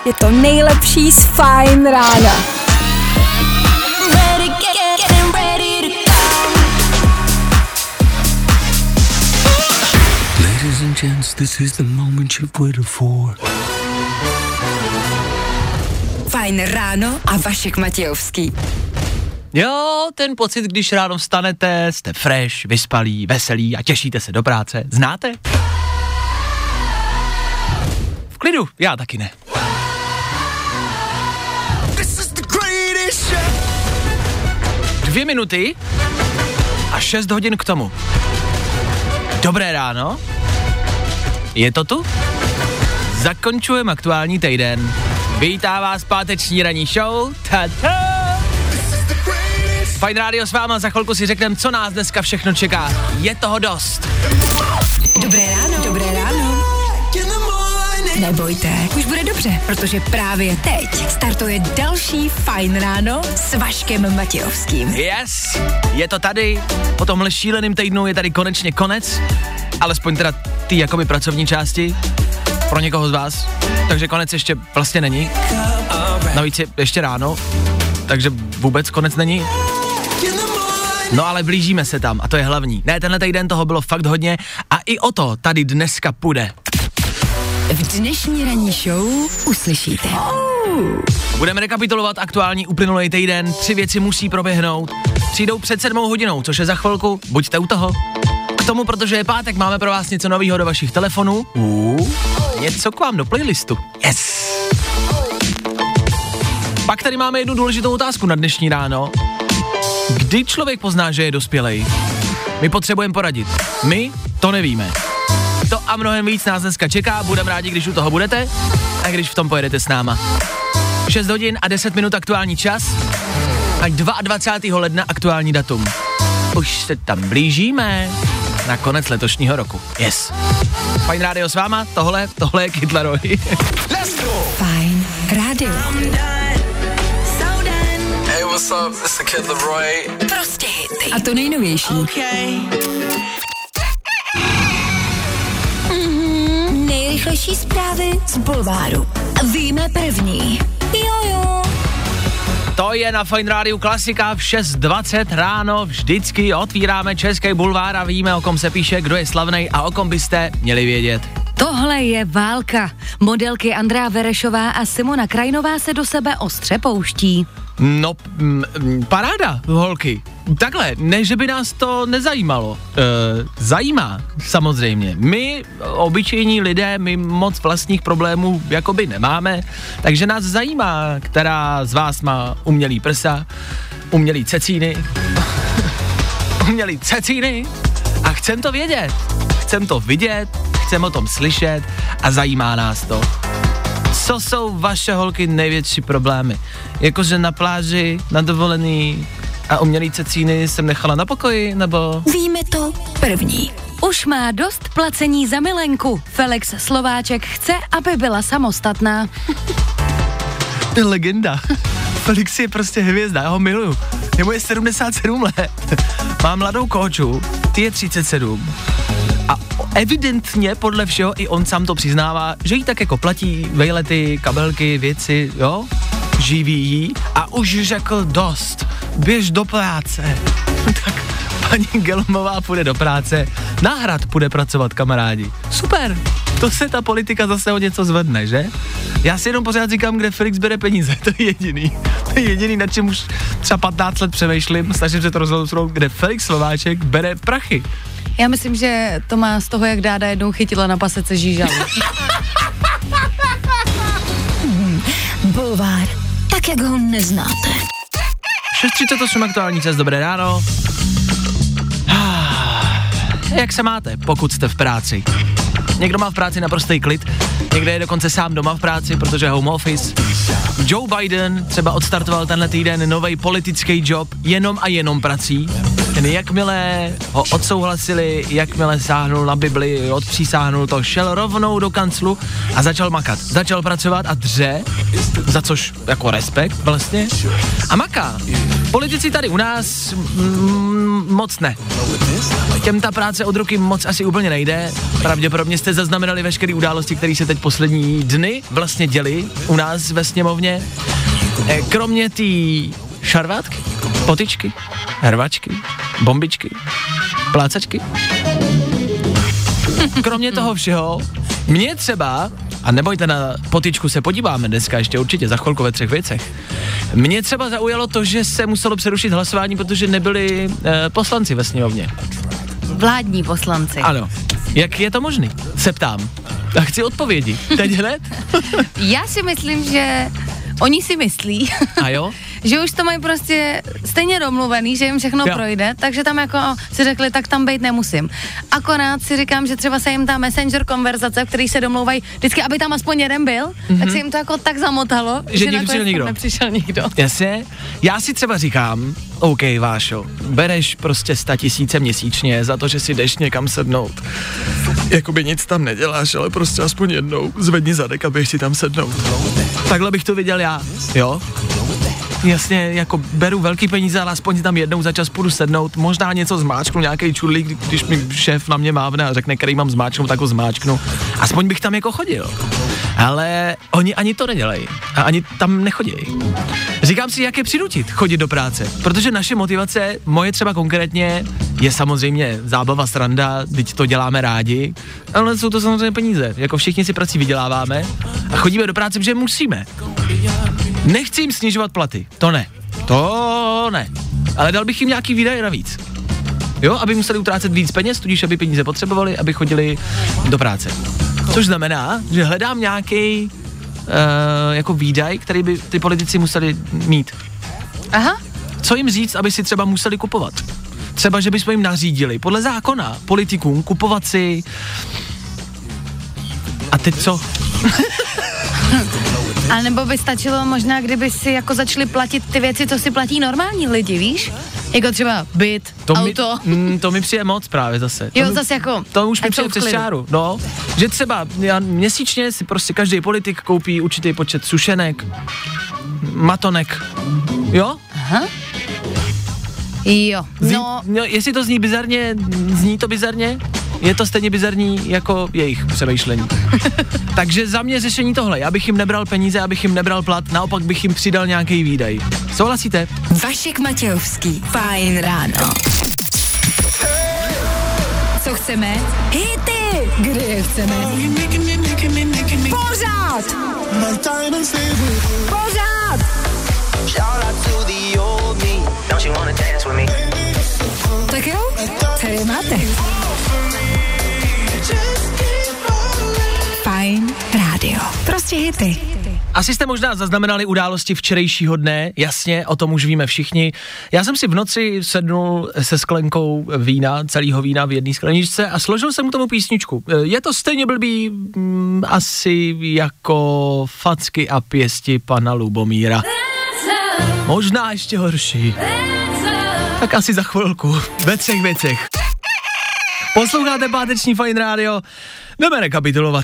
je to nejlepší z Fajn rána. Ladies and gents, this is the moment you've waited for. Fajn ráno a Vašek Matějovský. Jo, ten pocit, když ráno vstanete, jste fresh, vyspalí, veselí a těšíte se do práce. Znáte? V klidu, já taky ne. 2 minuty a 6 hodin k tomu. Dobré ráno. Je to tu? Zakončujeme aktuální týden. Vítá vás páteční ranní show. Ta-ta! Fajn rádio s váma, za chvilku si řekneme, co nás dneska všechno čeká. Je toho dost. Dobré ráno. Dobré ráno. Nebojte, už bude dobře, protože právě teď startuje další Fajn ráno s Vaškem Matějovským. Yes, je to tady. Po tomhle šíleným týdnu je tady konečně konec. Alespoň teda ty jakoby pracovní části. Pro někoho z vás. Takže konec ještě vlastně není. Navíc je ještě ráno. Takže vůbec konec není. No ale blížíme se tam a to je hlavní. Ne, tenhle týden toho bylo fakt hodně a i o to tady dneska půjde. V dnešní ranní show uslyšíte. Budeme rekapitulovat aktuální uplynulý týden, 3 věci musí proběhnout. Přijdou před 7 hodinou, což je za chvilku, buďte u toho. K tomu, protože je pátek, máme pro vás něco nového do vašich telefonů. Něco k vám do playlistu. Yes! Pak tady máme jednu důležitou otázku na dnešní ráno. Kdy člověk pozná, že je dospělej? My potřebujeme poradit. My to nevíme. To a mnohem víc nás dneska čeká, budeme rádi, když u toho budete a když v tom pojedete s náma. 6 hodin a 10 minut aktuální čas a 22. ledna aktuální datum. Už se tam blížíme na konec letošního roku. Yes. Fajn rádio s váma, tohle je Kid Laroi. Let's go! Fajn rádio. Hey, what's up? It's the Kid Laroi. Prostě hity. A to nejnovější. Okay. Nejrychlejší zprávy z bulváru. Víme první. Jojo. To je na Fajn rádiu klasika v 6:20 ráno. Vždycky otvíráme český bulvár a víme, o kom se píše, kdo je slavnej a o kom byste měli vědět. Tohle je válka. Modelky Andrea Verešová a Simona Krajnová se do sebe ostře pouští. No, paráda, holky. Takhle, ne, že by nás to nezajímalo. Zajímá, samozřejmě. My, obyčejní lidé, my moc vlastních problémů jakoby nemáme, takže nás zajímá, která z vás má umělý prsa, umělý cecíny, a chcem to vědět. Chcem to vidět, chcem o tom slyšet a zajímá nás to. Co jsou vaše holky největší problémy? Jakože na pláži, na dovolený a umělý cecíny jsem nechala na pokoji, nebo? Víme to první. Už má dost placení za milenku. Felix Slováček chce, aby byla samostatná. To je legenda. Felix je prostě hvězda, já ho miluju. Jemu je 77 let. Má mladou kóču, ty je 37. A evidentně podle všeho i on sám to přiznává, že jí tak jako platí vejlety, kabelky, věci, jo? Živí jí a už řekl dost, běž do práce. Tak paní Gelmová půjde do práce, na hrad půjde pracovat, kamarádi. Super, to se ta politika zase o něco zvedne, že? Já si jenom pořád říkám, kde Felix bere peníze, to je jediný, nad čím už třeba 15 let přemýšlím, snažím se to rozhodnout, kde Felix Slováček bere prachy. Já myslím, že to má z toho, jak Dáda jednou chytila na pasece žížalu. Bulvár, tak jak ho neznáte. 6:38 aktuální čas, dobré ráno. Jak se máte, pokud jste v práci? Někdo má v práci naprostý klid, někde je dokonce sám doma v práci, protože home office. Joe Biden třeba odstartoval tenhle týden novej politický job jenom a jenom prací. Ten jakmile ho odsouhlasili, jakmile sáhnul na Bibli, odpřísáhnul to, šel rovnou do kanclu a začal makat. Začal pracovat a dře, za což jako respekt vlastně, a maká. Politici tady u nás moc ne. Těm ta práce od ruky moc asi úplně nejde. Pravděpodobně jste zaznamenali veškeré události, které se teď poslední dny vlastně děly u nás ve sněmovně. Kromě té šarvátky, potyčky, hrvačky, bombičky, plácačky. Kromě toho všeho, mě třeba, a nebojte, na potyčku se podíváme dneska ještě určitě za chvilku ve 3 věcech, mě třeba zaujalo to, že se muselo přerušit hlasování, protože nebyli poslanci ve sněmovně. Vládní poslanci. Ano. Jak je to možný? Se ptám. A chci odpovědi. Teď hned? Já si myslím, že oni si myslí, A jo? že už to mají prostě stejně domluvený, že jim všechno projde, takže tam jako si řekli, tak tam bejt nemusím. Akorát si říkám, že třeba se jim ta messenger konverzace, v který se domlouvají vždycky, aby tam aspoň jeden byl, tak se jim to jako tak zamotalo, že nepřišel nikdo. Jasně. Já si třeba říkám, OK, Vášo, bereš prostě 100 000 měsíčně za to, že si jdeš někam sednout. Jakoby nic tam neděláš, ale prostě aspoň jednou zvedni zadek a běž si tam sednout. Takhle bych to viděl já, jo? Jasně, jako beru velký peníze, ale aspoň tam jednou za čas půjdu sednout, možná něco zmáčknu, nějaký čudlík, když mi šéf na mě mávne a řekne, který mám zmáčknout, tak ho zmáčknu. Aspoň bych tam jako chodil. Ale oni ani to nedělají a ani tam nechodí. Říkám si, jak je přinutit chodit do práce, protože naše motivace, moje třeba konkrétně, je samozřejmě zábava, sranda, teď to děláme rádi, ale jsou to samozřejmě peníze, jako všichni si prací vyděláváme a chodíme do práce, protože musíme. Nechci jim snižovat platy, to ne, ale dal bych jim nějaký výdaje navíc. Jo, aby museli utrácet víc peněz, tudíž aby peníze potřebovali, aby chodili do práce. Což znamená, že hledám nějaký jako výdaj, který by ty politici museli mít. Aha. Co jim říct, aby si třeba museli kupovat? Třeba, že bychom jim nařídili podle zákona politikům kupovat si... A teď co? A nebo by stačilo možná, kdyby si jako začali platit ty věci, co si platí normální lidi, víš? Jako třeba byt, auto. To mi přijde moc právě zase. Zase jako... To už mi přijde přes čáru, no. Že třeba měsíčně si prostě každý politik koupí určitý počet sušenek, matonek, jo? Aha. Jo, no... Jestli to zní to bizarně? Je to stejně bizarní jako jejich přemýšlení. Takže za mě řešení tohle, já bych jim nebral peníze, abych jim nebral plat, naopak bych jim přidal nějaký výdaj. Souhlasíte? Vašek Matějovský, Fajn ráno. Co chceme? Hity! Kde je chceme? Pořád! Pořád! Tak jo, tady máte. Fajn rádio. Prostě hity. Asi jste možná zaznamenali události včerejšího dne, jasně, o tom už víme všichni. Já jsem si v noci sednul se sklenkou vína, celého vína v jedné skleničce a složil jsem mu tomu písničku. Je to stejně blbý asi jako Facky a pěsti pana Lubomíra. Možná ještě horší. Tak asi za chvilku, ve 3 věcech. Posloucháte páteční Fajn rádio, jdeme rekapitulovat.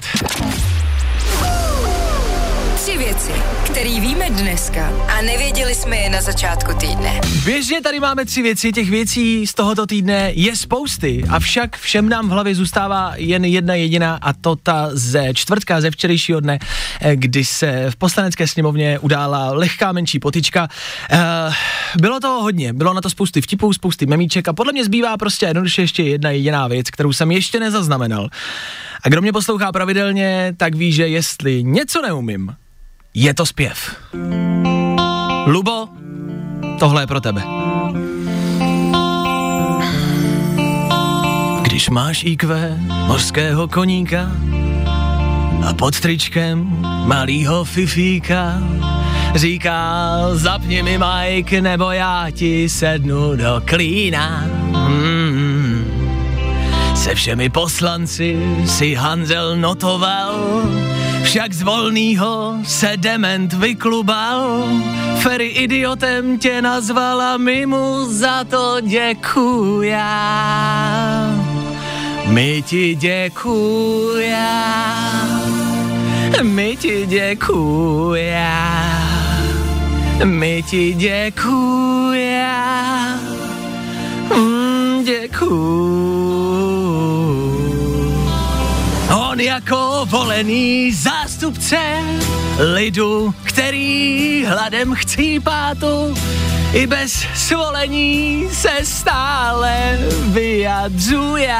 3 věci, které víme dneska a nevěděli jsme je na začátku týdne. Běžně tady máme 3 věci, těch věcí z tohoto týdne je spousty, avšak všem nám v hlavě zůstává jen jedna jediná a to ta ze čtvrtka, ze včerejšího dne, kdy se v Poslanecké sněmovně udála lehká menší potyčka. Bylo toho hodně, bylo na to spousty vtipů, spousty memíček a podle mě zbývá prostě jednoduše ještě jedna jediná věc, kterou jsem ještě nezaznamenal. A kdo mě poslouchá pravidelně, tak ví, že jestli něco neumím, je to zpěv. Lubo, tohle je pro tebe. Když máš IQ mořského koníka a pod tričkem malýho fifíka, říká, zapni mi mic, nebo já ti sednu do klína. Se všemi poslanci si Hanzel notoval, však z Volnýho se dement vyklubal. Ferry idiotem tě nazvala, my mu za to děkujem. My ti děkujem. My ti děkujem. My ti děkujem. On jako volený zástupce lidu, který hladem chcípá tu, i bez svolení se stále vyjadřuje.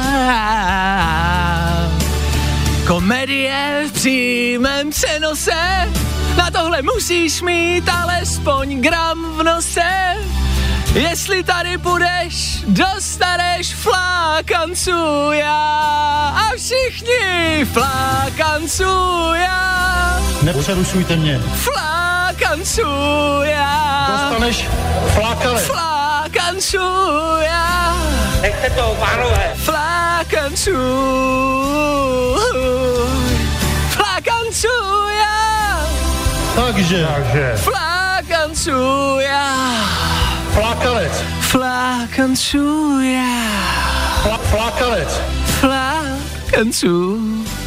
Komedie v přímém přenose, na tohle musíš mít alespoň gram v nose. Jestli tady půjdeš, dostaneš flákanců já. A všichni flákanců já. Nepřerušujte mě. Flákanců já. Dostaneš flákale. Flákanců já. Nechte toho, pánové. Flákanců. Flákanců já. Takže. Flákanců já. Flákalec. Flákanců já. Flákalec. Flákanců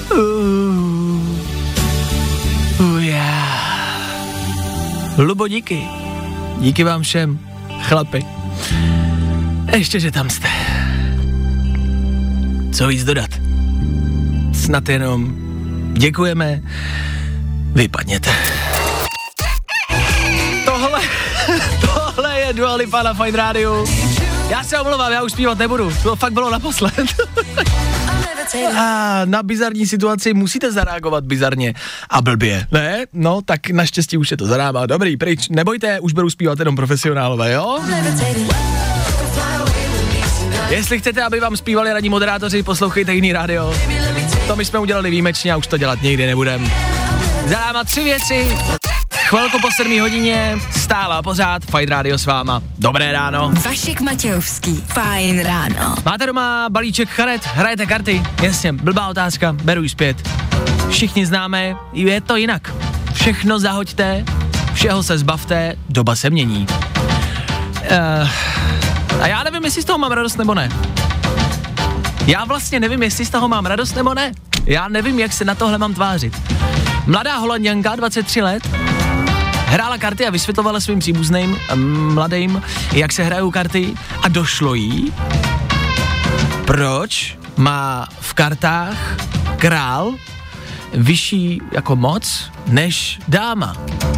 já. Lubo, díky. Díky vám všem, chlapi. Ještě, že tam jste. Co víc dodat? Snad jenom děkujeme. Vypadněte. Tohle je Dua Lipa na Fajn rádiu. Já se omlouvám, já už zpívat nebudu. To fakt bylo naposled. A na bizarní situaci musíte zareagovat bizarně a blbě, ne? No, tak naštěstí už je to za náma. Dobrý, pryč, nebojte, už budu zpívat jenom profesionálové, jo? Jestli chcete, aby vám zpívali radní moderátoři, poslouchejte jiný rádio. To my jsme udělali výjimečně a už to dělat nikdy nebudem. Za náma 3 věci. Chvilku po 7 hodině, stále a pořád, Fajn rádio s váma. Dobré ráno. Vašek Matějovský, Fajn ráno. Máte doma balíček karet, hrajete karty? Jasně, blbá otázka, beru ji zpět. Všichni známe, je to jinak. Všechno zahoďte, všeho se zbavte, doba se mění. A já nevím, jestli z toho mám radost nebo ne. Já vlastně nevím, jestli z toho mám radost nebo ne. Já nevím, jak se na tohle mám tvářit. Mladá Holanďanka, 23 let, hrála karty a vysvětlovala svým příbuzným mladým, jak se hrajou karty a došlo jí, proč má v kartách král vyšší jako moc než dáma.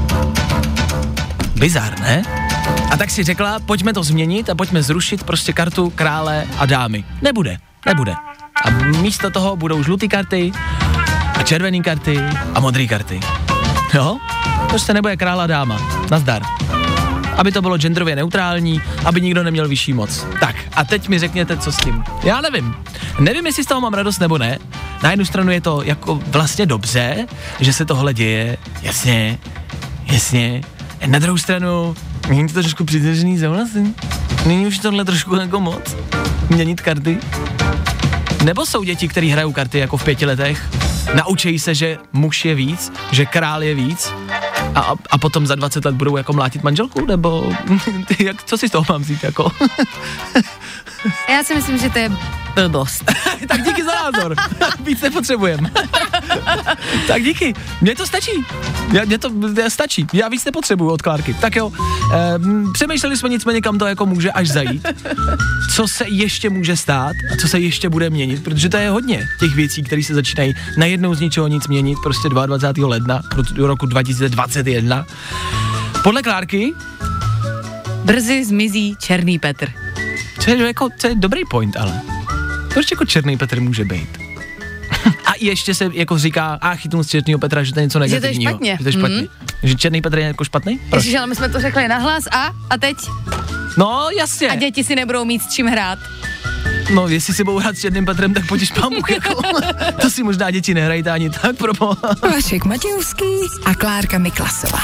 Bizar, ne? A tak si řekla, pojďme to změnit a pojďme zrušit prostě kartu krále a dámy. Nebude. A místo toho budou žlutý karty a červený karty a modrý karty. Jo? Prostě nebude král a dáma. Nazdar. Aby to bylo genderově neutrální, aby nikdo neměl vyšší moc. Tak, a teď mi řekněte, co s tím. Já nevím. Nevím, jestli z toho mám radost nebo ne. Na jednu stranu je to jako vlastně dobře, že se tohle děje. Jasně. Na druhou stranu, není to trošku přidržený souhlasím? Není už tohle trošku jako moc? Měnit karty? Nebo jsou děti, které hrajou karty jako v 5 letech, naučí se, že muž je víc, že král je víc a potom za 20 let budou jako mlátit manželku, nebo co si z toho mám vzít jako? Já si myslím, že to je blbost. Tak díky za názor. Víc nepotřebujeme. Tak díky. Mně to stačí. Mně to stačí. Já víc nepotřebuju od Klárky. Tak jo. Přemýšleli jsme nicméně, kam to jako může až zajít. Co se ještě může stát a co se ještě bude měnit, protože to je hodně těch věcí, které se začínají najednou z ničeho nic měnit, prostě 22. ledna roku 2021. Podle Klárky brzy zmizí Černý Petr. To je dobrý point, ale proč jako Černý Petr může být? A ještě se jako říká, chytnu z Černýho Petra, že to je něco negativního. Že to je špatně. Že Černý Petr je jako špatný? Ježiš, ale my jsme to řekli nahlas a teď? No, jasně. A děti si nebudou mít s čím hrát. No, jestli si budou hrát s Černým Petrem, tak pojď pámuk, jako. To si možná děti nehrajte ani tak, proboha. Vašek Matějovský a Klárka Miklasová.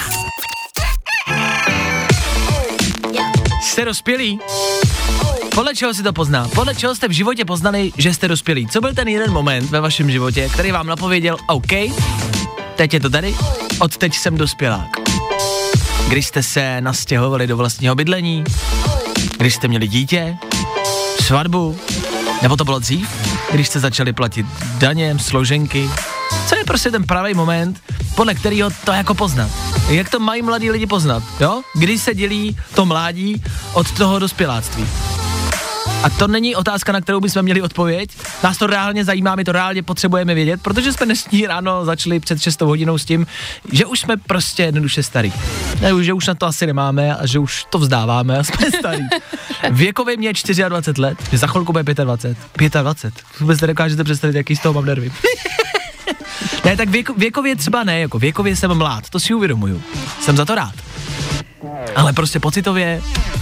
Jste dospělí? Podle čeho si to pozná? Podle čeho jste v životě poznali, že jste dospělí? Co byl ten jeden moment ve vašem životě, který vám napověděl, OK, teď je to tady, odteď jsem dospělák. Když jste se nastěhovali do vlastního bydlení, když jste měli dítě, svatbu, nebo to bylo dřív, když jste začali platit daně, složenky. Co je prostě ten pravý moment, podle kterého to jako poznat? Jak to mají mladí lidi poznat, jo? Kdy se dělí to mládí od toho dospěláctví? A to není otázka, na kterou bychom měli odpověď. Nás to reálně zajímá, my to reálně potřebujeme vědět, protože jsme dnešní ráno začali před 6 hodinou s tím, že už jsme prostě jednoduše starý. Ne, že už na to asi nemáme a že už to vzdáváme a jsme starý. Věkově mě je 24 let, že za chvilku bude 25. 25. Vůbec nedokážete představit, jaký z toho mám nervy. Ne, tak věkově třeba ne, jako věkově jsem mlád, to si uvědomuju. Jsem za to rád. Ale prostě pocitově,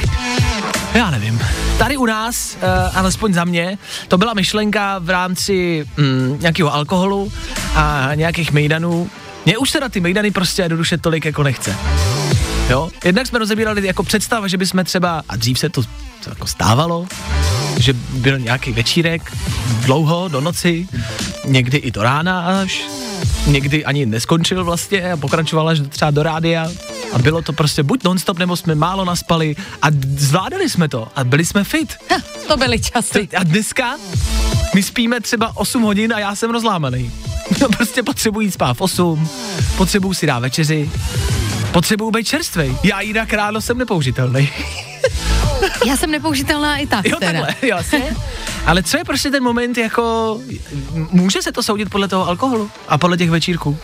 já nevím. Tady u nás, alespoň za mě, to byla myšlenka v rámci nějakého alkoholu a nějakých mejdanů. Mně už se na ty mejdany prostě jednoduše tolik jako nechce. Jo? Jednak jsme rozebírali jako představa, že bychom třeba, a dřív se to jako stávalo, že byl nějaký večírek dlouho do noci, někdy i do rána až, někdy ani neskončil vlastně a pokračoval až třeba do rádia a bylo to prostě buď non-stop, nebo jsme málo naspali a zvládali jsme to a byli jsme fit. To byly časy. A dneska my spíme třeba 8 hodin a já jsem rozlámaný. Prostě potřebuji spát v 8, potřebuji si dát večeři, potřebuji být čerstvej. Já jinak ráno jsem nepoužitelný. Já jsem nepoužitelná i tak. Jo, teda. takhle, jasně. Ale co je prostě ten moment jako, může se to soudit podle toho alkoholu a podle těch večírků?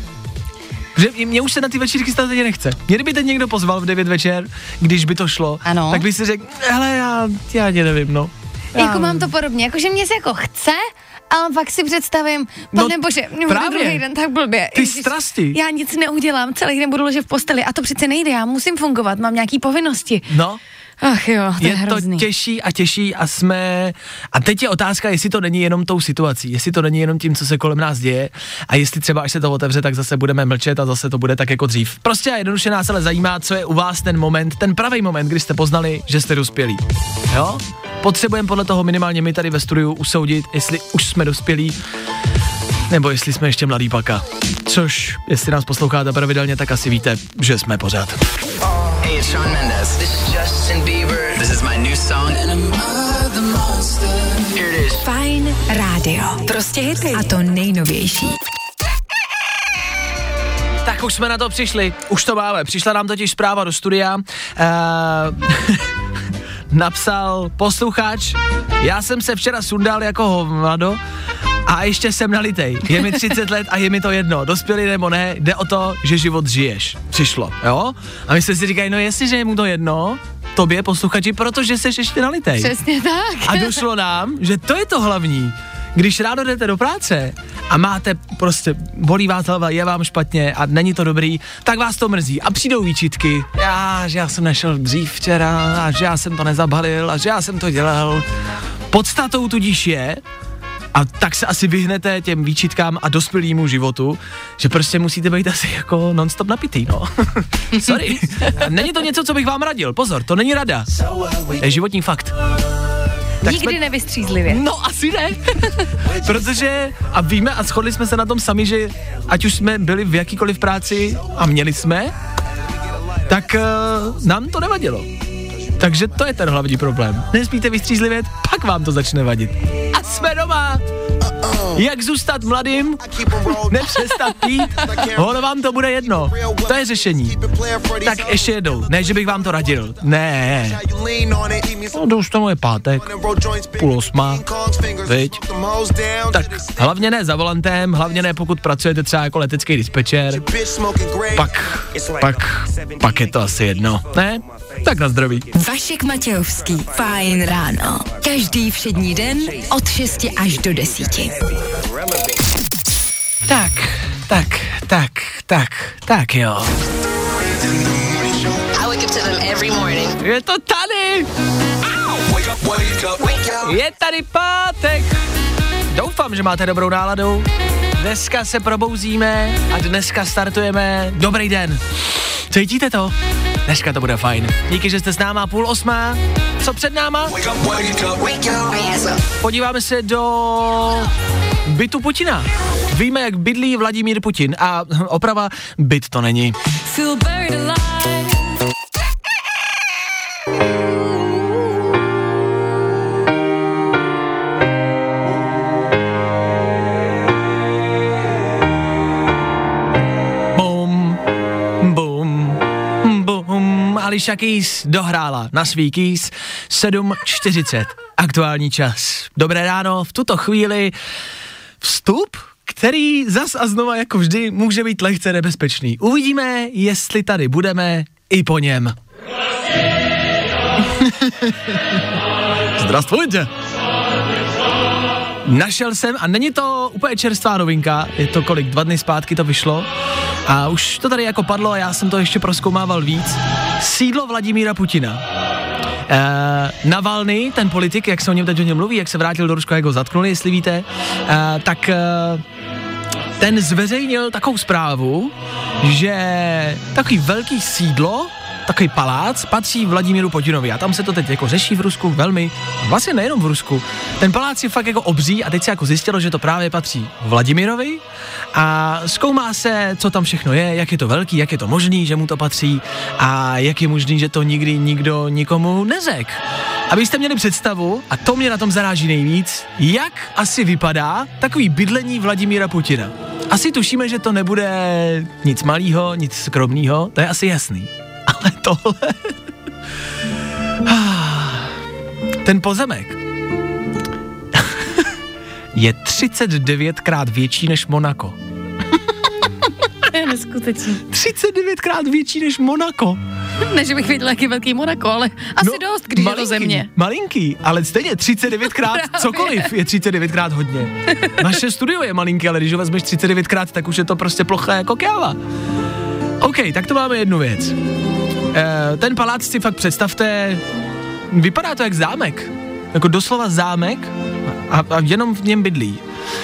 Že mě už se na ty večírky stát nechce. Mě kdyby teď někdo pozval v 9 večer, když by to šlo, ano. Tak by si řekl, hele, já nevím, no. Jako mám to podobně, jakože mě se jako chce, ale pak si představím, pane bože, mě bude druhý den tak blbě. Ty strasti. Já nic neudělám, celý den budu ležet v posteli a to přece nejde, já musím fungovat, mám nějaký povinnosti. No. Ach jo, to je hrozný. To těžší a jsme... A teď je otázka, jestli to není jenom tou situací, jestli to není jenom tím, co se kolem nás děje a jestli třeba, až se to otevře, tak zase budeme mlčet a zase to bude tak jako dřív. Prostě a jednoduše nás ale zajímá, co je u vás ten moment, ten pravý moment, kdy jste poznali, že jste dospělí. Jo? Potřebujeme podle toho minimálně my tady ve studiu usoudit, jestli už jsme dospělí, nebo jestli jsme ještě mladý paka. Což, jestli nás posloucháte pravidelně, tak asi víte, že jsme pořád. Hey, it's Shawn Mendes. This is Justin Bieber. This is my new song. And I'm the monster. Here it is. Fajn rádio. Prostě hity. A to nejnovější. Tak už jsme na to přišli. Už to máme. Přišla nám totiž zpráva do studia. Napsal posluchač. Já jsem se včera sundal jako hovnado a ještě jsem nalitej. Je mi 30 let a je mi to jedno. Dospělý nebo ne, jde o to, že život žiješ. Přišlo, jo? A my se si říkají, no jestliže je mu to jedno, tobě posluchači, protože seš ještě nalitej. Přesně tak. A došlo nám, že to je to hlavní. Když ráno jdete do práce a máte prostě, bolí vás hlava, je vám špatně a není to dobrý, tak vás to mrzí a přijdou výčitky. Že já jsem nešel dřív včera a že já jsem to nezabalil a že já jsem to dělal. Podstatou tudíž je, a tak se asi vyhnete těm výčitkám a dospělému životu, že prostě musíte být asi jako non-stop napitý, no. Sorry. Není to něco, co bych vám radil. Pozor, to není rada. To je životní fakt. Tak nikdy nevystřízlivě. No asi ne. Protože, a víme a shodli jsme se na tom sami, že ať už jsme byli v jakýkoliv práci a měli jsme, tak nám to nevadilo. Takže to je ten hlavní problém. Nespíte vystřízlivě, pak vám to začne vadit. A jsme doma. Jak zůstat mladým, nepřestat pít, ono vám to bude jedno. To je řešení. Tak ještě jednou, ne, že bych vám to radil. Ne. No, to už tomu je pátek, 7:30, viď? Tak hlavně ne za volantem, hlavně ne pokud pracujete třeba jako letecký dispečer. Pak je to asi jedno, ne? Tak na zdraví. Vašek Matějovský, Fajn ráno. Každý všední den od 6 až do 10. Tak jo. Je to tady! Je tady pátek! Doufám, že máte dobrou náladu. Dneska se probouzíme a dneska startujeme. Dobrý den. Cítíte to? Dneska to bude fajn. Díky, že jste s náma 7:30. Co před náma? Podíváme se do bytu Putina. Víme, jak bydlí Vladimír Putin. A oprava, byt to není. Alicia Keys dohrála na svý keys 7:40. Aktuální čas. Dobré ráno, v tuto chvíli vstup, který zas a znova jako vždy může být lehce nebezpečný. Uvidíme, jestli tady budeme i po něm. Zdravstvujte. Našel jsem, a není to úplně čerstvá novinka, je to 2 dny zpátky to vyšlo a už to tady jako padlo a já jsem to ještě prozkoumával víc. Sídlo Vladimíra Putina. Navalny, ten politik, jak se o něm teď hodně mluví, jak se vrátil do Ruska, jak ho zatknuli, jestli víte, tak ten zveřejnil takovou zprávu, že takový velký sídlo, takový palác patří Vladimíru Putinovi a tam se to teď jako řeší v Rusku velmi, vlastně nejenom v Rusku. Ten palác je fakt jako obří a teď se jako zjistilo, že to právě patří Vladimirovi a zkoumá se, co tam všechno je, jak je to velký, jak je to možný, že mu to patří a jak je možný, že to nikdy nikdo nikomu neřekl. Abyste měli představu, a to mě na tom zaráží nejvíc, jak asi vypadá takový bydlení Vladimíra Putina. Asi tušíme, že to nebude nic malýho, nic skromného, to je asi jasný. Ale tohle... Ten pozemek je 39krát větší než Monako. To je neskutečný. 39krát větší než Monako. Ne, že bych viděla jaký velký Monako, ale asi dost, když je do země. Malinký, ale stejně 39krát cokoliv je 39krát hodně. Naše studio je malinký, ale když ho vezmeš 39krát, tak už je to prostě plocha jako káva. OK, tak to máme jednu věc. Ten palác si fakt představte, vypadá to jak zámek, jako doslova zámek a jenom v něm bydlí.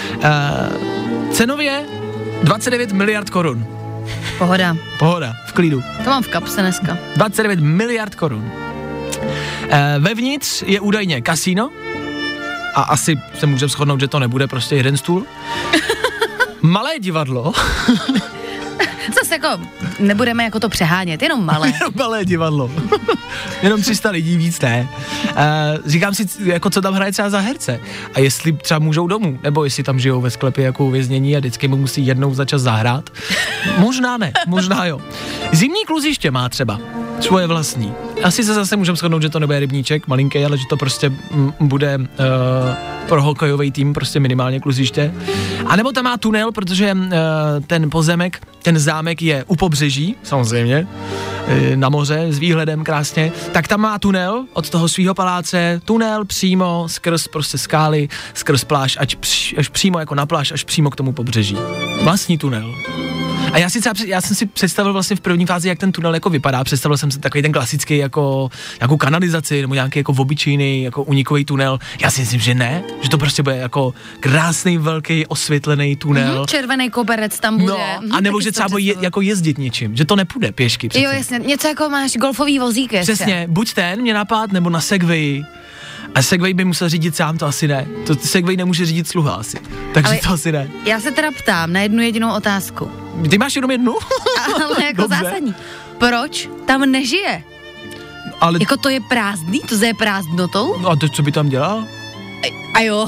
Cenově 29 miliard korun. Pohoda, v klidu. To mám v kapse dneska. 29 miliard korun. Vevnitř je údajně kasíno a asi se můžeme shodnout, že to nebude prostě jeden stůl. Malé divadlo. Zase jako, nebudeme jako to přehánět, jenom malé. Jenom malé divadlo. Jenom 300 lidí, víc ne. Říkám si, jako co tam hraje třeba za herce. A jestli třeba můžou domů, nebo jestli tam žijou ve sklepě jako uvěznění a vždycky mu musí jednou za čas zahrát. Možná ne, možná jo. Zimní kluziště má třeba svoje vlastní. Asi se zase můžeme shodnout, že to nebude rybníček malinký, ale že to prostě bude pro hokejový tým prostě minimálně kluziště. A nebo tam má tunel, protože ten pozemek, ten zámek je u pobřeží, samozřejmě, na moře s výhledem krásně, tak tam má tunel od toho svýho paláce, tunel přímo skrz prostě skály, skrz pláž, až přímo jako na pláž, až přímo k tomu pobřeží. Vlastní tunel. A já jsem si představil vlastně v první fázi, jak ten tunel jako vypadá. Představil jsem si takový ten klasický jako nějakou kanalizaci nebo nějaký jako obyčejný jako unikový tunel. Já si myslím, že ne, že to prostě bude jako krásný velký osvětlený tunel. Červený koberec tam bude. No, a nebo že třeba jako jezdit něčím, že to nepůjde pěšky. Přece. Jo, jasně, něco jako máš golfový vozík ještě. Přesně, buď ten mě napad, nebo na Segway. A Segway by musel řídit sám, to asi ne. To Segway nemůže řídit sluha asi. Takže ale to asi ne. Já se teda ptám na jednu jedinou otázku. Ty máš jenom jednu? Ale jako zásadní. Proč tam nežije? Ale... Jako to je prázdný? To je prázdnotou? No a to co by tam dělal? A jo.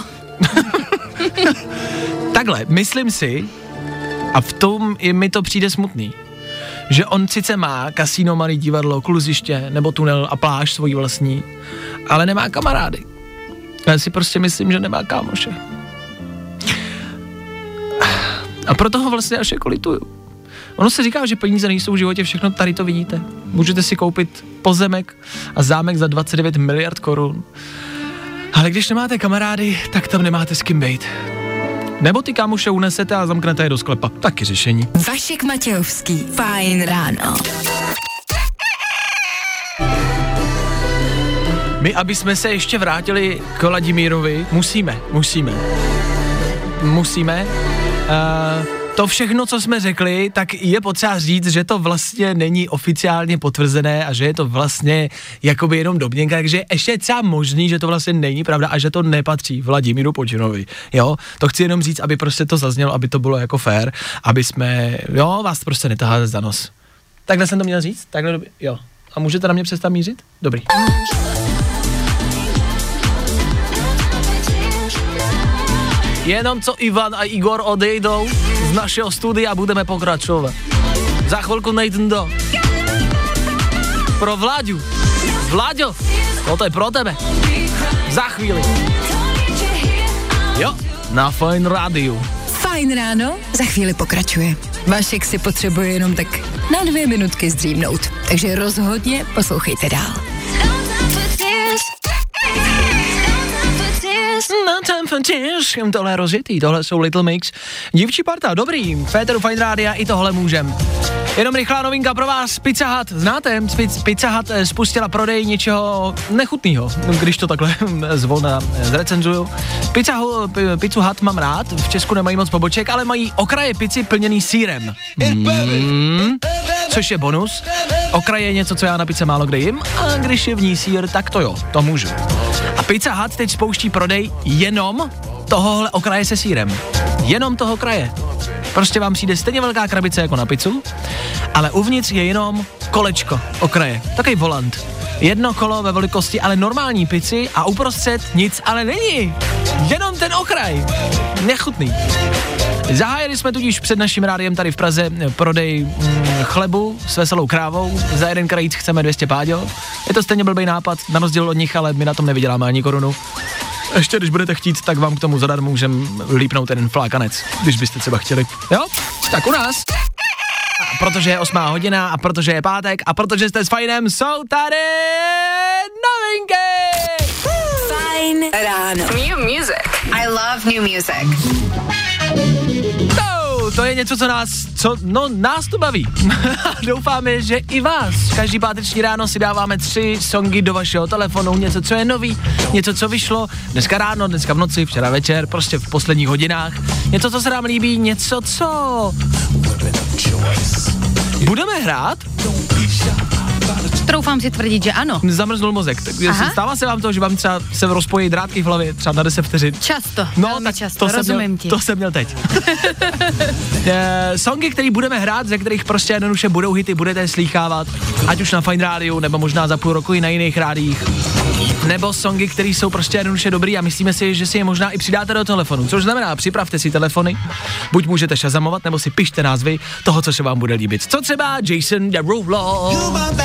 Takhle, myslím si, a v tom mi to přijde smutný, že on sice má kasíno, malý divadlo, kluziště nebo tunel a pláž svojí vlastní, ale nemá kamarády. Já si prostě myslím, že nemá kámoše. A proto ho vlastně až jako lituju. Ono se říká, že peníze nejsou v životě všechno, tady to vidíte. Můžete si koupit pozemek a zámek za 29 miliard korun. Ale když nemáte kamarády, tak tam nemáte s kým bejt. Nebo ty kámoše unesete a zamknete je do sklepa. Taky řešení. Vašek Matějovský, Fajn ráno. My, aby jsme se ještě vrátili k Vladimírovi, musíme. To všechno, co jsme řekli, tak je potřeba říct, že to vlastně není oficiálně potvrzené a že je to vlastně jakoby jenom domněnka, takže ještě je třeba možný, že to vlastně není pravda a že to nepatří Vladimíru Putinovi, jo, to chci jenom říct, aby prostě to zaznělo, aby to bylo jako fair, aby jsme, jo, vás prostě netahali za nos. Takhle jsem to měl říct? Takhle, jo. A můžete na mě přestat mířit? Dobrý. Jenom co Ivan a Igor odejdou z našeho studia, budeme pokračovat. Za chvilku nejdem do. Pro Vláďu. Vláďo, to je pro tebe. Za chvíli. Jo, na Fajn rádiu. Fajn ráno, za chvíli pokračuje. Vašek si potřebuje jenom tak na 2 minutky zdřímnout, takže rozhodně poslouchejte dál. Tohle je rozjetý, tohle jsou Little Mix. Dívčí parta, dobrý, Féteru Fajn rádia, i tohle můžem. Jenom rychlá novinka pro vás, Pizza Hut, znáte? Pizza Hut spustila prodej něčeho nechutného, když to takhle zvolna zrecenzuju. Pizzu Hut mám rád, v Česku nemají moc poboček, ale mají okraje pici plněný sýrem. Což je bonus. Okraje je něco, co já na pice málo kde jim, a když je v ní sýr, tak to jo, to můžu. A Pizza Hut teď spouští prodej jenom tohohle okraje se sýrem. Jenom toho kraje. Prostě vám přijde stejně velká krabice jako na pizzu, ale uvnitř je jenom kolečko okraje. Takový volant. Jedno kolo ve velikosti, ale normální pici a uprostřed nic ale není. Jenom ten okraj. Nechutný. Zahájili jsme tudíž před naším rádiem tady v Praze prodej chlebu s veselou krávou. Za jeden krajíc chceme 200 páďo. Je to stejně blbej nápad, na rozdíl od nich, ale my na tom nevyděláme ani korunu. Ještě když budete chtít, tak vám k tomu zadarmo můžem lípnout jeden flákanec, když byste třeba chtěli. Jo? Tak u nás. A protože je 8 hodina a protože je pátek a protože jste s Fajnem, jsou tady novinky! Fajn ráno. New music. I love new music. To je něco, nás to baví. Doufáme, že i vás. Každý páteční ráno si dáváme 3 songy do vašeho telefonu, něco, co je nový, něco, co vyšlo dneska ráno, dneska v noci, včera večer, prostě v posledních hodinách. Něco, co se nám líbí, něco, co budeme hrát. Troufám si tvrdit, že ano. Zamrznul mozek. Stává se vám to, že vám třeba se rozpojí drátky v hlavě, třeba na 10 vteřin? Často, tak často, rozumím ti. To jsem měl teď. Songy, které budeme hrát, ze kterých prostě jednoduše budou hity, budete slýchávat, ať už na Fajn rádiu, nebo možná za půl roku i na jiných rádiích. Nebo songy, které jsou prostě jednoduše dobrý a myslíme si, že si je možná i přidáte do telefonu. Což znamená, připravte si telefony, buď můžete šazamovat, nebo si pište názvy toho, co se vám bude líbit. Co třeba Jason Derulo.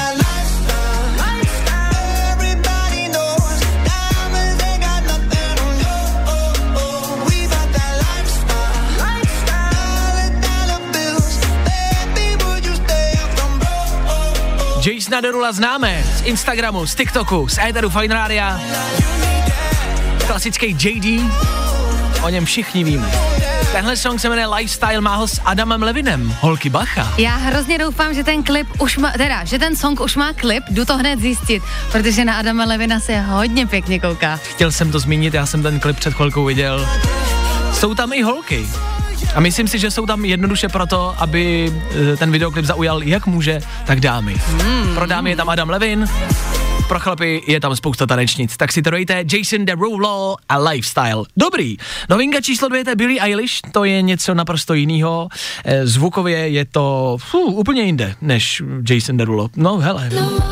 Jasona Derula známe z Instagramu, z TikToku, z éteru Fajn rádia. Klasický JD, o něm všichni víme. Tenhle song se jmenuje Lifestyle, má ho s Adamem Levinem, holky bacha. Já hrozně doufám, že ten klip už má, že ten song už má klip, jdu to hned zjistit, protože na Adama Levina se hodně pěkně kouká. Chtěl jsem to zmínit, já jsem ten klip před chvilkou viděl. Jsou tam i holky. A myslím si, že jsou tam jednoduše proto, aby ten videoklip zaujal jak muže, tak dámy. Pro dámy je tam Adam Levin, pro chlapy je tam spousta tanečnic. Tak si to dejte, Jason Derulo a Lifestyle. Dobrý. Novinka číslo 2 je Billie Eilish, to je něco naprosto jiného. Zvukově je to úplně jinde než Jason Derulo. No hele.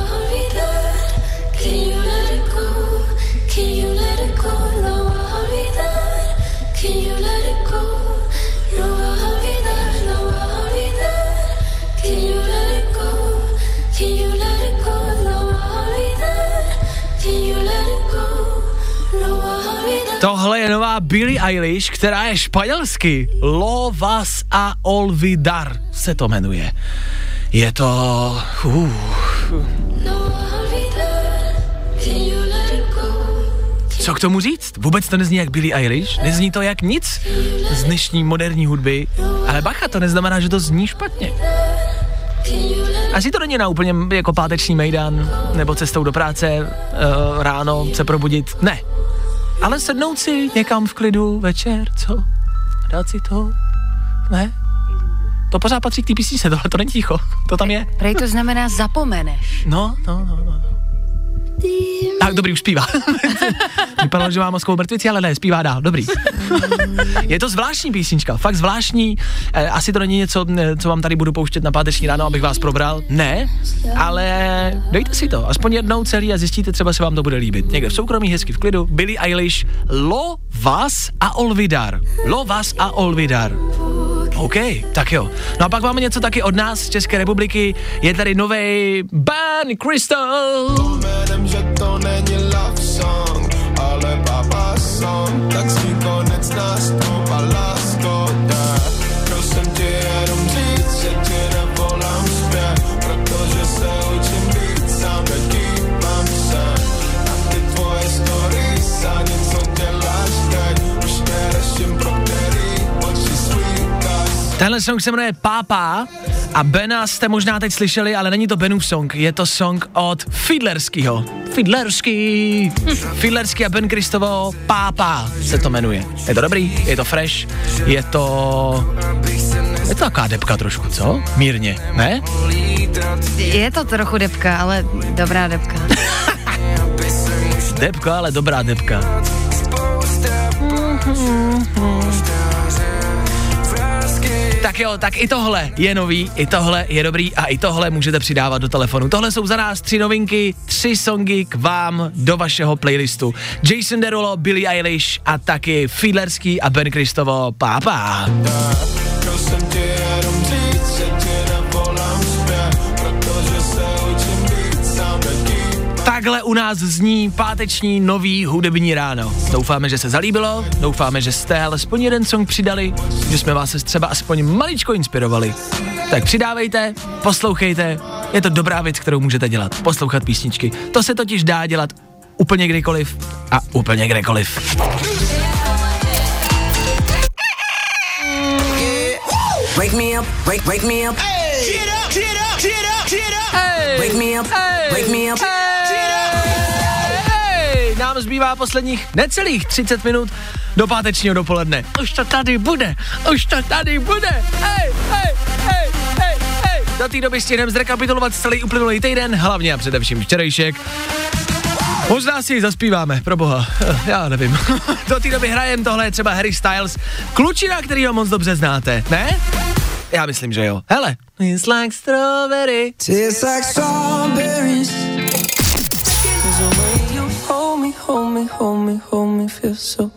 Tohle je nová Billie Eilish, která je španělsky. Lo vas a olvidar se to jmenuje. Je to... Co k tomu říct? Vůbec to nezní jak Billie Eilish, nezní to jak nic z dnešní moderní hudby, ale bacha, to neznamená, že to zní špatně. Asi to není na úplně jako páteční mejdan, nebo cestou do práce, ráno se probudit, ne. Ale sednout si někam v klidu večer, co? Dát si to? Ne? To pořád patří k té písničce, tohle to není ticho, to tam je. Prej to znamená zapomeneš. No. Tak dobrý, už zpívá. Vypadalo, že má mozkovou mrtvici, ale ne, zpívá dál, dobrý. Je to zvláštní písnička, fakt zvláštní. Asi to není něco, co vám tady budu pouštět na páteční ráno, abych vás probral. Ne, ale dejte si to, aspoň jednou celý a zjistíte, třeba se vám to bude líbit. Někde v soukromí, hezky v klidu. Billie Eilish, Lo vas a olvidar. Lo vas a olvidar. OK, tak jo. No a pak máme něco taky od nás z České republiky. Je tady novej Ben Crystal. Že to není love song, ale song, tak zní konec nástup a lásko, prosím tě jenom říct, že tě nevolám zpět, protože se učím být sám, nekývám se na ty tvoje stories a něco děláš teď, už nereším pro který oči svítaš. Tenhle song se jmenuje Pápa a Bena jste možná teď slyšeli, ale není to Benův song, je to song od Fiedlerskýho. Fiedlerský a Ben Christovo Pápa se to jmenuje. Je to dobrý, je to fresh, je to taková depka trošku, co? Mírně, ne? Je to trochu depka, ale dobrá depka. Depka, ale dobrá depka. Tak jo, tak i tohle je nový, i tohle je dobrý a i tohle můžete přidávat do telefonu. Tohle jsou za nás 3 novinky, 3 songy k vám do vašeho playlistu. Jason Derulo, Billie Eilish a taky Fiedlerský a Ben Christovo Pápa. Takhle u nás zní páteční nový hudební ráno. Doufáme, že se zalíbilo, doufáme, že jste alespoň jeden song přidali, že jsme vás třeba aspoň maličko inspirovali. Tak přidávejte, poslouchejte, je to dobrá věc, kterou můžete dělat, poslouchat písničky. To se totiž dá dělat úplně kdykoliv a úplně kdekoliv. Wake me up, wake me up. Hey. Wake me up, wake me up. Nám zbývá posledních necelých 30 minut do pátečního dopoledne. Už to tady bude. Hej. Do té doby stihneme zrekapitulovat celý uplynulý týden, hlavně a především včerejšek. Možná si ji zaspíváme, proboha, já nevím. Do té doby hrajem, tohle je třeba Harry Styles, klučina, který ho moc dobře znáte, ne? Já myslím, že jo. Hele. It's like strawberry. Tastes like strawberries. Hold me, feel so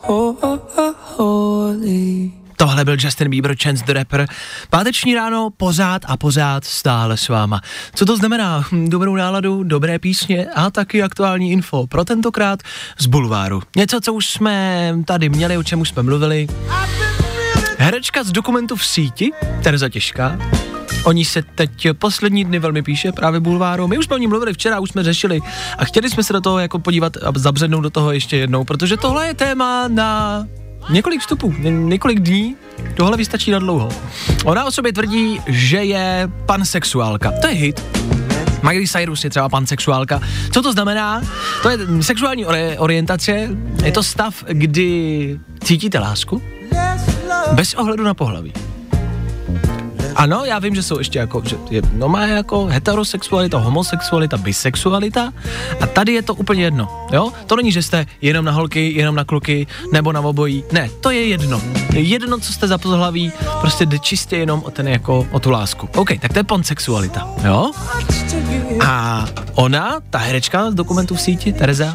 holy. Tohle byl Justin Bieber, Chance the Rapper. Páteční ráno pořád a pořád stále s váma. Co to znamená? Dobrou náladu, dobré písně a taky aktuální info. Pro tentokrát z bulváru. Něco, co už jsme tady měli, o čem už jsme mluvili. Herečka z Dokumentu v síti, Tereza Těžká. O ní se teď poslední dny velmi píše právě bulváru. My už jsme o ní mluvili včera, už jsme řešili a chtěli jsme se do toho jako podívat a zabřednout do toho ještě jednou, protože tohle je téma na několik vstupů, několik dní, tohle vystačí na dlouho. Ona o sobě tvrdí, že je pansexuálka. To je hit. Miley Cyrus je třeba pansexuálka. Co to znamená? To je sexuální orientace, je to stav, kdy cítíte lásku bez ohledu na pohlaví. Ano, já vím, že jsou ještě jako, že je má jako heterosexualita, homosexualita, bisexualita a tady je to úplně jedno, jo? To není, že jste jenom na holky, jenom na kluky, nebo na obojí, ne, to je jedno. Jedno, co jste za pohlaví, prostě jde čistě jenom o ten jako, o tu lásku. OK, tak to je pansexualita, jo? A ona, ta herečka z Dokumentu v síti, Tereza,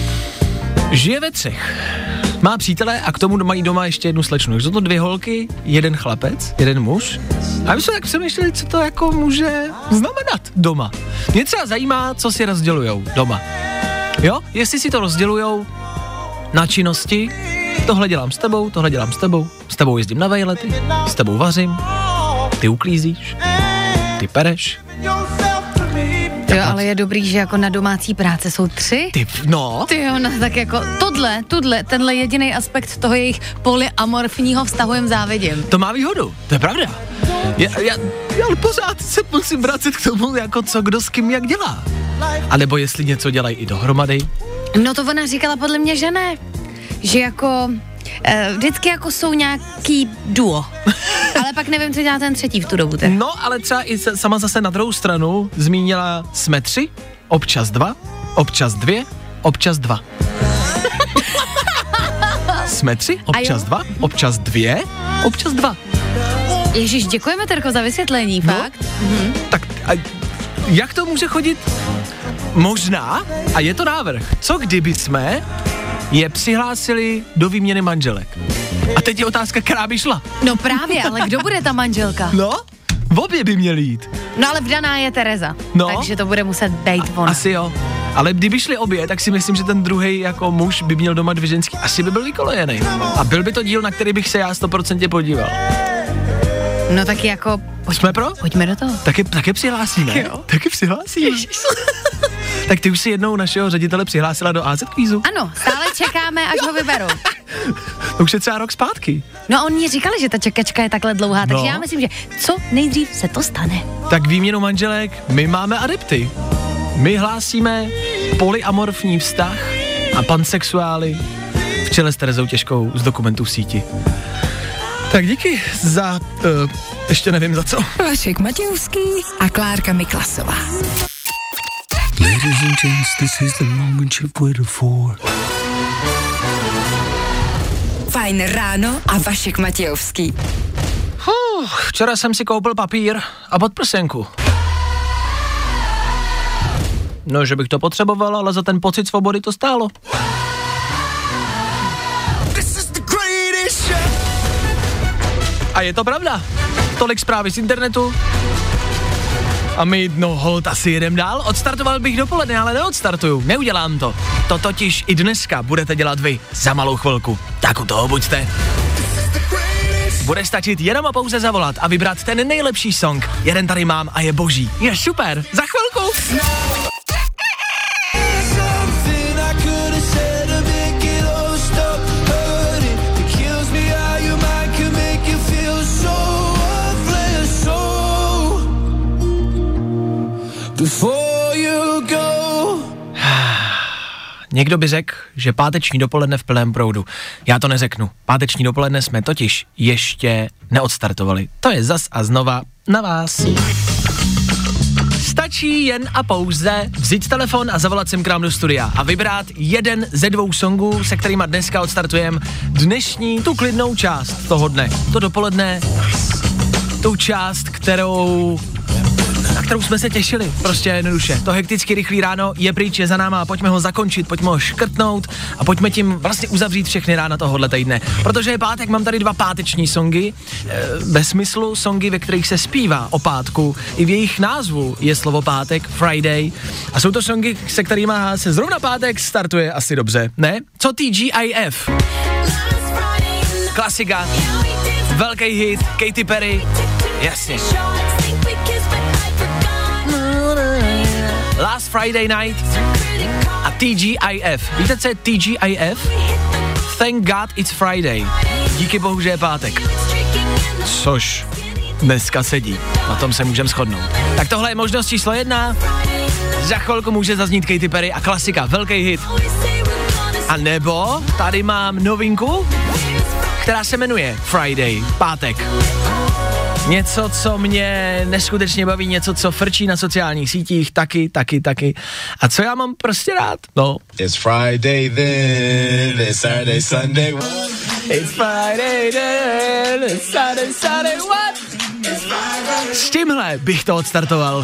žije ve Třech. Má přítele a k tomu mají doma ještě jednu slečnu. Jsou to 2 holky, 1 chlapec, 1 muž. A my jsme tak přemýšleli, co to jako může znamenat doma. Mě třeba zajímá, co si rozdělujou doma. Jo? Jestli si to rozdělujou na činnosti, tohle dělám s tebou, tohle dělám s tebou jezdím na vejlety, s tebou vařím, ty uklízíš, ty pereš. Jo, ale je dobrý, že jako na domácí práce jsou 3. No. Ty jo, no, tak jako tenhle jediný aspekt toho jejich polyamorfního vztahu jim závidím. To má výhodu, to je pravda. Já pořád se musím vracet k tomu, jako co kdo s kým jak dělá. A nebo jestli něco dělají i dohromady. No to ona říkala podle mě, že ne. Že jako vždycky jako jsou nějaký duo. Ale pak nevím, co dělá ten třetí v tu dobu. No, ale třeba i sama zase na druhou stranu zmínila jsme 3, občas 2, občas 2, občas 2. Jsme 3, občas 2, občas 2, občas 2. Ježíš, děkujeme, Terko, za vysvětlení, fakt. Mhm. Tak a jak to může chodit? Možná, a je to návrh, co kdyby jsme je přihlásili do výměny manželek. A teď je otázka, která by šla. No právě, ale kdo bude ta manželka? No, v obě by měli jít. No ale vdaná je Tereza, takže to bude muset být ona. Asi jo. Ale kdyby šli obě, tak si myslím, že ten druhej jako muž by měl doma 2 ženský. Asi by byl vykolejený. A byl by to díl, na který bych se já 100% podíval. No tak jako... Jsme pro? Pojďme do toho. Taky přihlásíme. Jo. Taky přihlásíme. Tak ty už si jednou našeho ředitele přihlásila do AZ kvízu? Ano, stále čekáme, až ho vyberou. To už je třeba rok zpátky. No oni říkali, že ta čekačka je takhle dlouhá, takže já myslím, že co nejdřív se to stane. Tak výměnou manželek, my máme adepty. My hlásíme polyamorfní vztah a pansexuály v čele s Terezou Těžkou z dokumentů v síti. Tak díky za, ještě nevím za co. Vašek Matějovský a Klárka Miklasová. Ladies and gents, this is the moment you've waited for. Fajn ráno a Vašek Matějovský. Včera jsem si koupil papír a podprsenku. No, že bych to potřeboval, ale za ten pocit svobody to stálo. A je to pravda. Tolik zprávy z internetu. A my, no hold, asi jedem dál. Odstartoval bych dopoledne, ale neodstartuju. Neudělám to. To totiž i dneska budete dělat vy. Za malou chvilku. Tak u toho buďte. Bude stačit jenom a pouze zavolat a vybrat ten nejlepší song. Jeden tady mám a je boží. Je super. Za chvilku. Někdo by řekl, že páteční dopoledne v plném proudu. Já to neřeknu. Páteční dopoledne jsme totiž ještě neodstartovali. To je zas a znova na vás. Stačí jen a pouze vzít telefon a zavolat sem k nám do studia a vybrat jeden ze 2 songů, se kterýma dneska odstartujeme dnešní tu klidnou část toho dne. To dopoledne, tu část, na kterou jsme se těšili, prostě jednoduše. To hekticky rychlý ráno je pryč, je za náma, pojďme ho zakončit, pojďme ho škrtnout a pojďme tím vlastně uzavřít všechny rána tohohle týdne. Protože je pátek, mám tady 2 páteční songy, ve smyslu songy, ve kterých se zpívá o pátku. I v jejich názvu je slovo pátek, Friday. A jsou to songy, se kterými se zrovna pátek startuje asi dobře, ne? Co TGIF? Klasika, velký hit, Katy Perry, jasně. Last Friday Night a TGIF. Víte, co je TGIF? Thank God it's Friday. Díky bohu, že je pátek. Což dneska sedí. Na tom se můžeme shodnout. Tak tohle je možnost číslo 1. Za chvilku může zaznít Katy Perry a klasika, velký hit. A nebo tady mám novinku, která se jmenuje Friday, pátek. Něco, co mě neskutečně baví, něco, co frčí na sociálních sítích, taky. A co já mám prostě rád, no. It's Friday then, it's Saturday, Sunday, what? It's Friday then, it's Saturday, Sunday, what? S tímhle bych to odstartoval.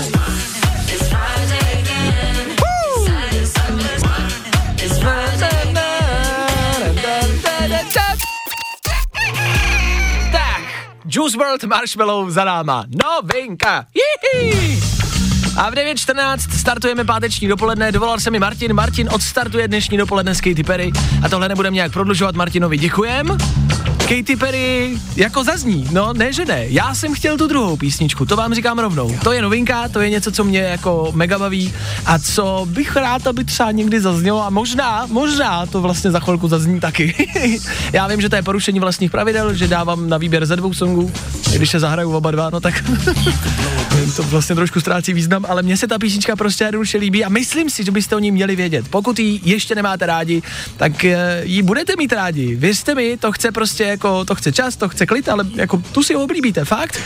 Juice WRLD, Marshmello za náma. Novinka. Jihi. A v 9:14 startujeme páteční dopoledne. Dovolal se mi Martin odstartuje dnešní dopoledne s Katy Perry. A tohle nebudeme nějak prodlužovat, Martinovi děkujem. Katy Perry jako zazní, no ne, že ne. Já jsem chtěl tu druhou písničku, to vám říkám rovnou. To je novinka, to je něco, co mě jako mega baví a co bych rád, aby třeba někdy zaznělo a možná to vlastně za chvilku zazní taky. Já vím, že to je porušení vlastních pravidel, že dávám na výběr ze 2 songů, když se zahraju oba 2, no tak to vlastně trošku ztrácí význam, ale mně se ta písnička prostě jednoduše líbí a myslím si, že byste o ní měli vědět. Pokud ji ještě nemáte rádi, tak ji budete mít rádi. Věřte mi, to chce prostě jako, to chce čas, to chce klid, ale jako tu si ho oblíbíte, fakt.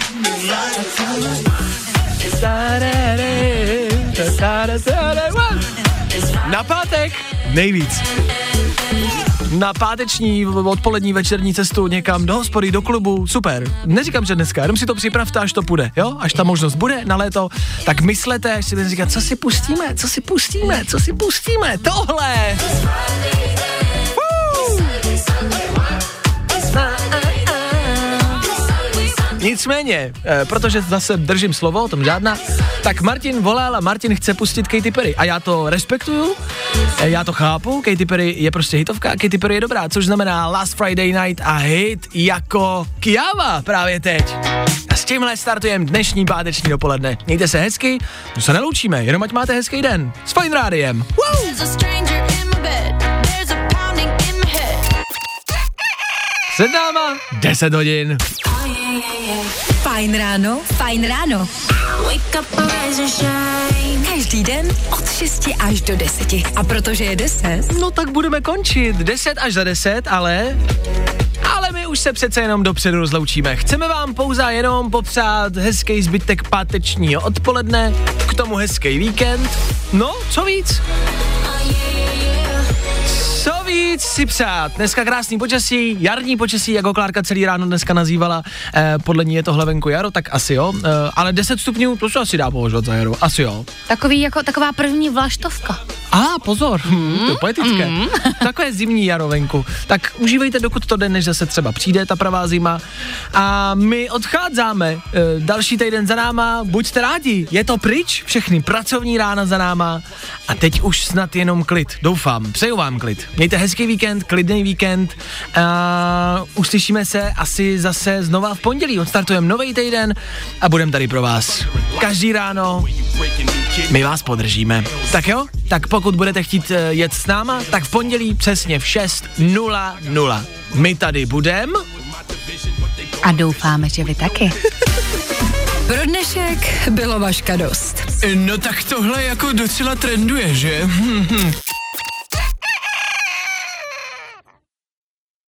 Na pátek nejvíc. Na páteční, odpolední, večerní cestu někam do hospody, do klubu, super. Neříkám, že dneska, jenom si to připravte, až to půjde, jo? Až ta možnost bude na léto, tak myslete, až si budete říkat, co si pustíme, tohle! Nicméně, protože zase držím slovo, o tom žádná, tak Martin volal a Martin chce pustit Katy Perry a já to respektuju, já to chápu, Katy Perry je prostě hitovka, Katy Perry je dobrá, což znamená Last Friday Night a hit jako Kiava právě teď. A s tímhle startujeme dnešní páteční dopoledne. Mějte se hezky, my se neloučíme, jenom ať máte hezký den s Fajn rádiem. Před náma 10 hodin. Fajn ráno, fajn ráno. Každý den od 6 až do 10. A protože je 10, no tak budeme končit 10 až za 10, ale my už se přece jenom dopředu rozloučíme. Chceme vám pouze jenom popřát hezký zbytek pátečního odpoledne, k tomu hezký víkend. No, co víc? Co víc si přát? Dneska krásný počasí, jarní počasí, jako Klárka celý ráno dneska nazývala, podle ní je tohle venku jaro, tak asi jo, ale 10 stupňů, to se asi dá považovat za jaro, asi jo. Taková první vlaštovka. Pozor, to je poetické. Takové zimní jaro venku. Tak užívejte, dokud to jde, než zase třeba přijde ta pravá zima. A my odcházíme, další týden za náma, buďte rádi, je to pryč, všechny pracovní rána za náma a teď už snad jenom klid, doufám, přeju vám klid. Mějte hezký víkend, klidný víkend a uslyšíme se asi zase znova v pondělí, odstartujeme nový týden a budeme tady pro vás. Každý ráno my vás podržíme. Tak jo? Tak pokud budete chtít jet s náma, tak v pondělí přesně v 6:00. My tady budeme. A doufáme, že vy taky. pro dnešek bylo Vaška dost. No tak tohle jako docela trenduje, že?